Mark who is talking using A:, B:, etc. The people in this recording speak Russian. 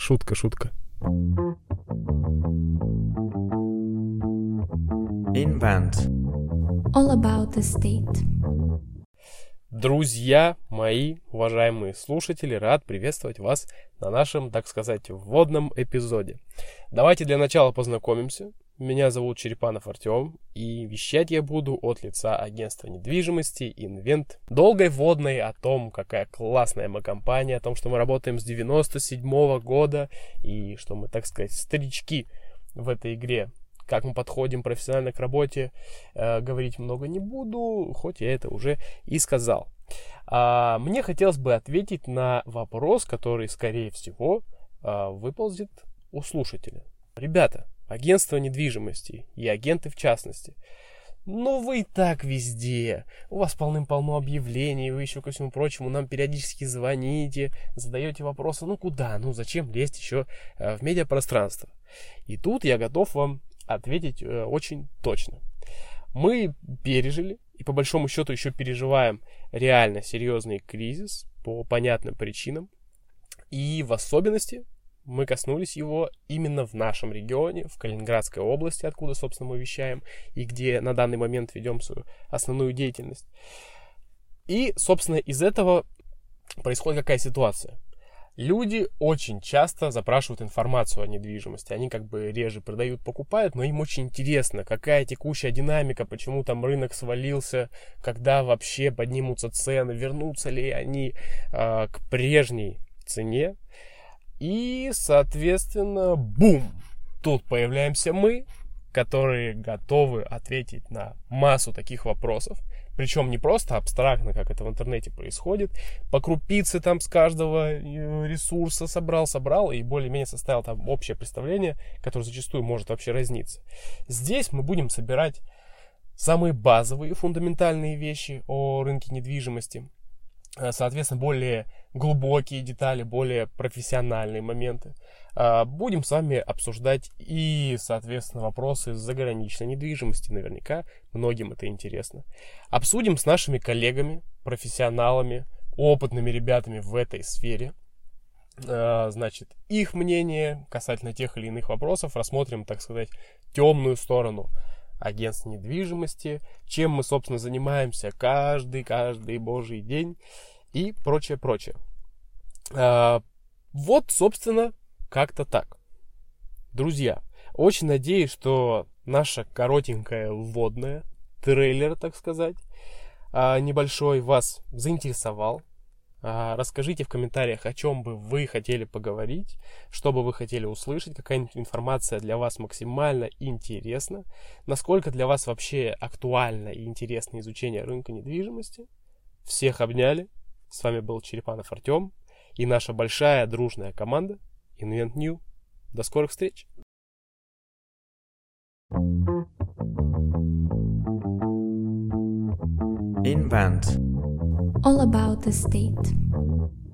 A: Шутка, шутка.
B: Invent.
C: All about the state.
A: Друзья мои, уважаемые слушатели, рад приветствовать вас на нашем, так сказать, вводном эпизоде. Давайте для начала познакомимся. Меня зовут Черепанов Артем, и вещать я буду от лица агентства недвижимости Invent. Долгой вводной о том, какая классная мы компания, о том, что мы работаем с 97-го года, и что мы, так сказать, старички в этой игре. Как мы подходим профессионально к работе, говорить много не буду, хоть я это уже и сказал. Мне хотелось бы ответить на вопрос, который, скорее всего, выползет у слушателя. Ребята, агентство недвижимости и агенты в частности, вы и так везде, у вас полным-полно объявлений, вы еще ко всему прочему нам периодически звоните, задаете вопросы, куда, зачем лезть еще в медиапространство. И тут я готов вам ответить очень точно. Мы пережили и по большому счету еще переживаем реально серьезный кризис по понятным причинам. И в особенности мы коснулись его именно в нашем регионе, в Калининградской области, откуда, собственно, мы вещаем и где на данный момент ведем свою основную деятельность. И, собственно, из этого происходит какая ситуация? Люди очень часто запрашивают информацию о недвижимости. Они реже продают, покупают, но им очень интересно, какая текущая динамика, почему там рынок свалился, когда вообще поднимутся цены, вернутся ли они к прежней цене. И, соответственно, бум! Тут появляемся мы, которые готовы ответить на массу таких вопросов. Причем не просто абстрактно, как это в интернете происходит. По крупице там с каждого ресурса собрал, и более-менее составил там общее представление, которое зачастую может вообще разниться. Здесь мы будем собирать самые базовые, фундаментальные вещи о рынке недвижимости. Соответственно, более глубокие детали, более профессиональные моменты. Будем с вами обсуждать и, соответственно, вопросы заграничной недвижимости. Наверняка многим это интересно. Обсудим с нашими коллегами, профессионалами, опытными ребятами в этой сфере. Их мнение касательно тех или иных вопросов. Рассмотрим, так сказать, темную сторону агентств недвижимости, чем мы, собственно, занимаемся каждый божий день и прочее. Собственно, как-то так. Друзья, очень надеюсь, что наша коротенькая вводная, трейлер, так сказать, небольшой вас заинтересовал. Расскажите в комментариях, о чем бы вы хотели поговорить, что бы вы хотели услышать, какая информация для вас максимально интересна, насколько для вас вообще актуально и интересно изучение рынка недвижимости. Всех обняли. С вами был Черепанов Артем и наша большая дружная команда Invent New. До скорых встреч!
B: Invent.
C: All about the state.